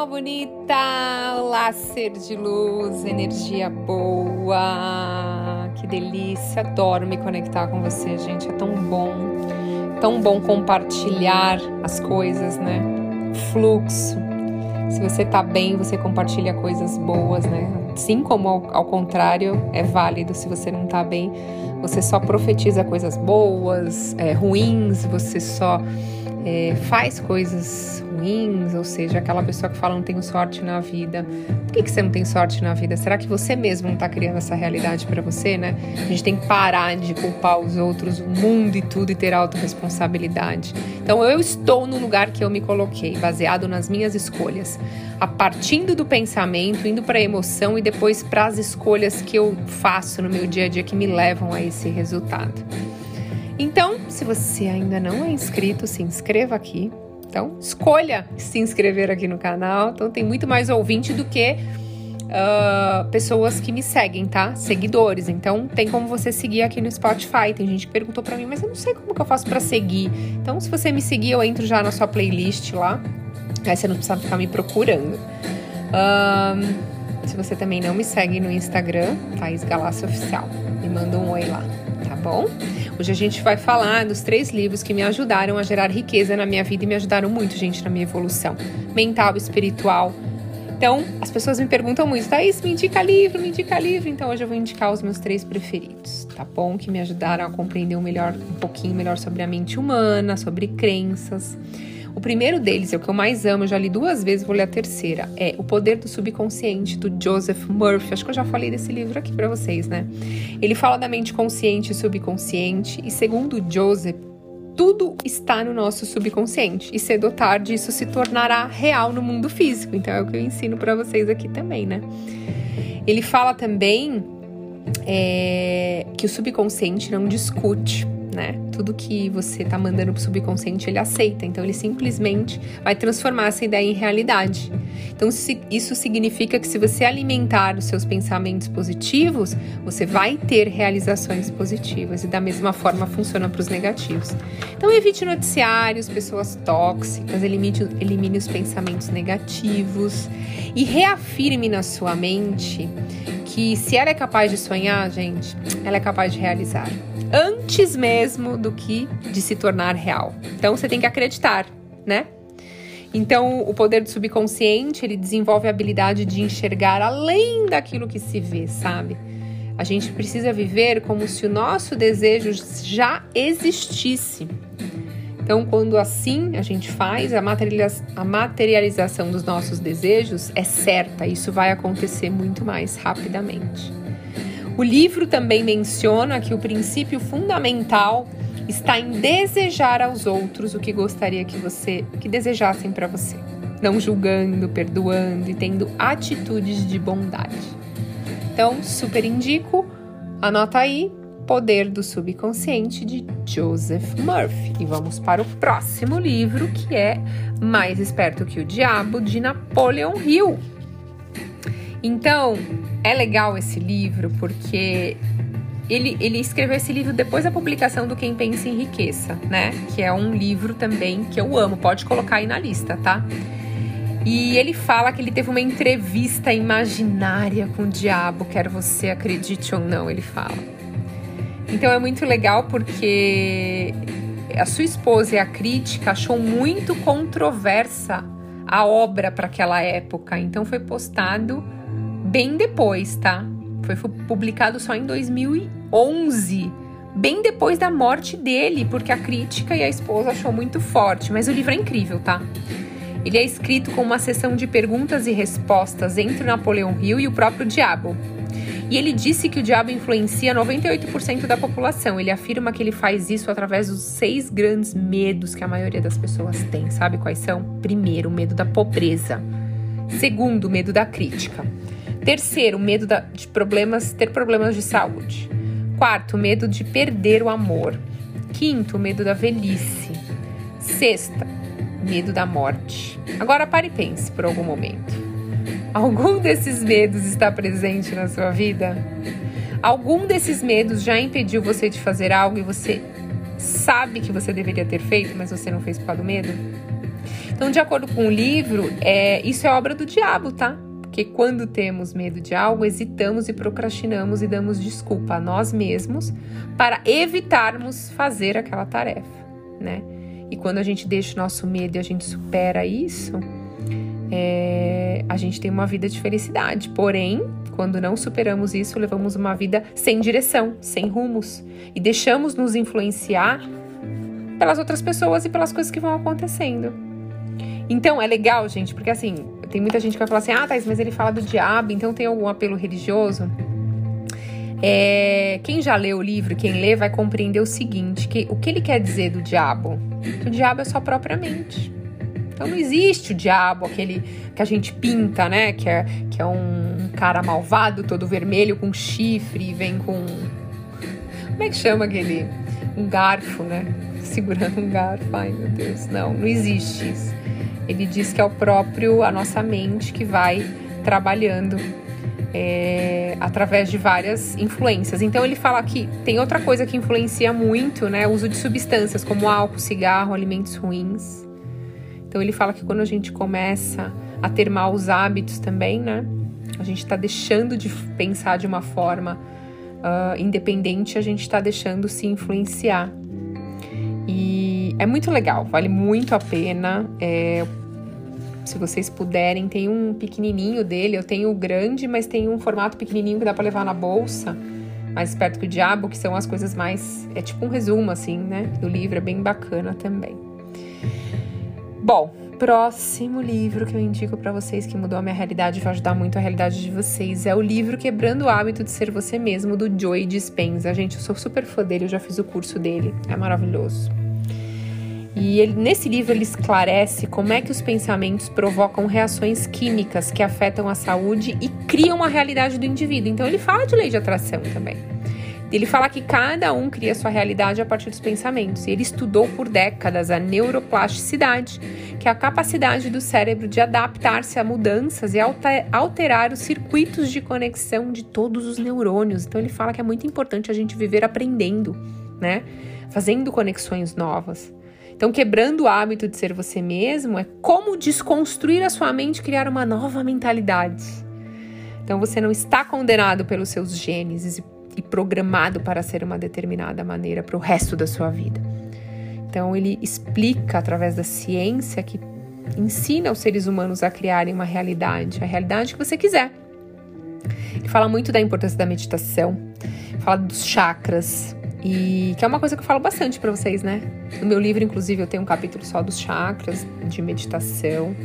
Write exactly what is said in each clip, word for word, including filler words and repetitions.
alma bonita! Olá, ser de luz, energia boa! Que delícia! Adoro me conectar com você, gente. É tão bom, tão bom compartilhar as coisas, né? Fluxo. Se você tá bem, você compartilha coisas boas, né? Assim como ao, ao contrário, é válido. Se você não tá bem, você só profetiza coisas boas, é, ruins, você só é, faz coisas ruins, ou seja, aquela pessoa que fala não tenho sorte na vida. Por que, que você não tem sorte na vida? Será que você mesmo não tá criando essa realidade para você, né? A gente tem que parar de culpar os outros, o mundo e tudo, e ter autorresponsabilidade. Então eu estou no lugar que eu me coloquei, baseado nas minhas escolhas, a partindo do pensamento, indo para a emoção e depois para as escolhas que eu faço no meu dia a dia que me levam a esse resultado. Então, se você ainda não é inscrito, se inscreva aqui. Então, escolha se inscrever aqui no canal. Então, tem muito mais ouvinte do que uh, pessoas que me seguem, tá? Seguidores. Então, tem como você seguir aqui no Spotify. Tem gente que perguntou pra mim, mas eu não sei como que eu faço pra seguir. Então, se você me seguir, eu entro já na sua playlist lá. Aí você não precisa ficar me procurando. Um, se você também não me segue no Instagram, Thaís Galassi Oficial. Me manda um oi lá, tá bom? Hoje a gente vai falar dos três livros que me ajudaram a gerar riqueza na minha vida e me ajudaram muito, gente, na minha evolução mental e espiritual. Então, as pessoas me perguntam muito, Thaís, me indica livro, me indica livro. Então, hoje eu vou indicar os meus três preferidos, tá bom? Que me ajudaram a compreender um, melhor, um pouquinho melhor sobre a mente humana, sobre crenças. O primeiro deles é o que eu mais amo, eu já li duas vezes, vou ler a terceira. É O Poder do Subconsciente, do Joseph Murphy. Acho que eu já falei desse livro aqui pra vocês, né? Ele fala da mente consciente e subconsciente. E segundo o Joseph, tudo está no nosso subconsciente. E cedo ou tarde isso se tornará real no mundo físico. Então é o que eu ensino pra vocês aqui também, né? Ele fala também é, que o subconsciente não discute, né? Tudo que você tá mandando pro subconsciente, ele aceita. Então, ele simplesmente vai transformar essa ideia em realidade. Então, isso significa que se você alimentar os seus pensamentos positivos, você vai ter realizações positivas. E da mesma forma, funciona para os negativos. Então, evite noticiários, pessoas tóxicas, elimine, elimine os pensamentos negativos e reafirme na sua mente que se ela é capaz de sonhar, gente, ela é capaz de realizar. Antes mesmo do que de se tornar real. Então, você tem que acreditar, né? Então, o poder do subconsciente, ele desenvolve a habilidade de enxergar além daquilo que se vê, sabe? A gente precisa viver como se o nosso desejo já existisse. Então, quando assim a gente faz, a, materializa- a materialização dos nossos desejos é certa. Isso vai acontecer muito mais rapidamente. O livro também menciona que o princípio fundamental está em desejar aos outros o que gostaria que você que desejassem para você, não julgando, perdoando e tendo atitudes de bondade. Então, super indico, anota aí, Poder do Subconsciente, de Joseph Murphy. E vamos para o próximo livro, que é Mais Esperto que o Diabo, de Napoleon Hill. Então, é legal esse livro porque ele, ele escreveu esse livro depois da publicação do Quem Pensa Enriqueça, né? Que é um livro também que eu amo, pode colocar aí na lista, tá? E ele fala que ele teve uma entrevista imaginária com o diabo, quer você acredite ou não, ele fala. Então é muito legal porque a sua esposa e a crítica achou muito controversa a obra para aquela época, então foi postado bem depois, tá? Foi publicado só em dois mil e onze, bem depois da morte dele, porque a crítica e a esposa achou muito forte. Mas o livro é incrível, tá? Ele é escrito com uma sessão de perguntas e respostas entre o Napoleon Hill e o próprio diabo. E ele disse que o diabo influencia noventa e oito por cento da população. Ele afirma que ele faz isso através dos seis grandes medos que a maioria das pessoas tem. Sabe quais são? Primeiro, o medo da pobreza. Segundo, o medo da crítica. Terceiro, medo da, de problemas, ter problemas de saúde. Quarto, medo de perder o amor. Quinto, medo da velhice. Sexta, medo da morte. Agora pare e pense por algum momento. Algum desses medos está presente na sua vida? Algum desses medos já impediu você de fazer algo e você sabe que você deveria ter feito, mas você não fez por causa do medo? Então, de acordo com o livro, é, isso é obra do diabo, tá? Porque quando temos medo de algo, hesitamos e procrastinamos e damos desculpa a nós mesmos para evitarmos fazer aquela tarefa, né? E quando a gente deixa o nosso medo e a gente supera isso, é, a gente tem uma vida de felicidade. Porém, quando não superamos isso, levamos uma vida sem direção, sem rumos. E deixamos nos influenciar pelas outras pessoas e pelas coisas que vão acontecendo. Então, é legal, gente, porque assim, tem muita gente que vai falar assim, ah, Thais, mas ele fala do diabo, então tem algum apelo religioso? É, quem já leu o livro, quem lê, vai compreender o seguinte, que o que ele quer dizer do diabo? Que o diabo é só a própria mente. Então, não existe o diabo, aquele que a gente pinta, né? Que é, que é um cara malvado, todo vermelho, com chifre, vem com... Como é que chama aquele? Um garfo, né? Segurando um garfo. Ai, meu Deus. Não, não existe isso. Ele diz que é o próprio, a nossa mente que vai trabalhando é, através de várias influências. Então, ele fala que tem outra coisa que influencia muito, né? O uso de substâncias como álcool, cigarro, alimentos ruins. Então, ele fala que quando a gente começa a ter maus hábitos também, né? A gente está deixando de pensar de uma forma uh, independente, a gente está deixando se influenciar. E é muito legal, vale muito a pena. É, se vocês puderem, tem um pequenininho dele, eu tenho o grande, mas tem um formato pequenininho que dá para levar na bolsa, mais perto que o diabo, que são as coisas mais... É tipo um resumo, assim, né, do livro, é bem bacana também. Bom, próximo livro que eu indico para vocês, que mudou a minha realidade e vai ajudar muito a realidade de vocês, é o livro Quebrando o Hábito de Ser Você Mesmo, do Joe Dispenza. Gente, eu sou super fã dele, eu já fiz o curso dele, é maravilhoso. E ele, nesse livro ele esclarece como é que os pensamentos provocam reações químicas que afetam a saúde e criam a realidade do indivíduo. Então ele fala de lei de atração também. Ele fala que cada um cria sua realidade a partir dos pensamentos. E ele estudou por décadas a neuroplasticidade, que é a capacidade do cérebro de adaptar-se a mudanças e alterar os circuitos de conexão de todos os neurônios. Então ele fala que é muito importante a gente viver aprendendo, né? Fazendo conexões novas. Então, quebrando o hábito de ser você mesmo é como desconstruir a sua mente e criar uma nova mentalidade. Então, você não está condenado pelos seus genes e programado para ser uma determinada maneira para o resto da sua vida. Então, ele explica através da ciência que ensina os seres humanos a criarem uma realidade, a realidade que você quiser. Ele fala muito da importância da meditação, fala dos chakras, e que é uma coisa que eu falo bastante para vocês, né? No meu livro, inclusive, eu tenho um capítulo só dos chakras, de meditação.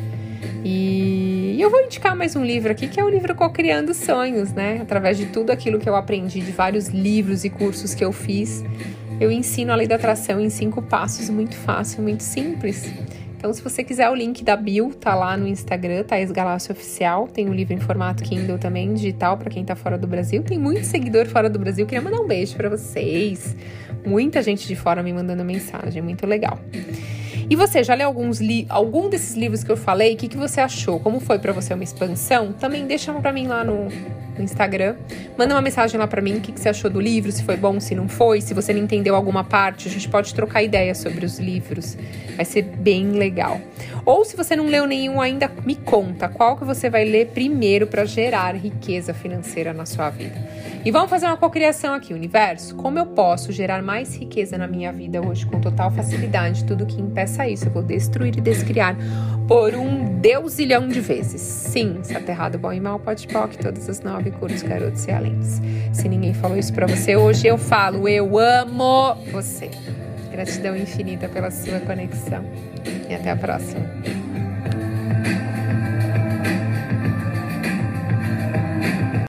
E eu vou indicar mais um livro aqui, que é o livro Co-Criando Sonhos, né? Através de tudo aquilo que eu aprendi, de vários livros e cursos que eu fiz, eu ensino a lei da atração em cinco passos, muito fácil, muito simples. Então, se você quiser, o link da bio tá lá no Instagram, Thais Galácio Oficial. Tem um livro em formato Kindle também, digital, para quem tá fora do Brasil. Tem muito seguidor fora do Brasil. Queria mandar um beijo para vocês. Muita gente de fora me mandando mensagem, muito legal. E você, já leu alguns li- algum desses livros que eu falei? O que, que você achou? Como foi para você uma expansão? Também deixa para mim lá no, no Instagram. Manda uma mensagem lá para mim, o que, que você achou do livro, se foi bom, se não foi, se você não entendeu alguma parte, a gente pode trocar ideias sobre os livros. Vai ser bem legal. Ou se você não leu nenhum ainda, me conta qual que você vai ler primeiro para gerar riqueza financeira na sua vida. E vamos fazer uma cocriação aqui, universo. Como eu posso gerar mais riqueza na minha vida hoje com total facilidade? Tudo que impeça isso, eu vou destruir e descriar por um deusilhão de vezes. Sim, se aterrado, bom e mal, pode poc, todas as nove curos, garotos e alentes. Se ninguém falou isso pra você hoje, eu falo, eu amo você. Gratidão infinita pela sua conexão. E até a próxima.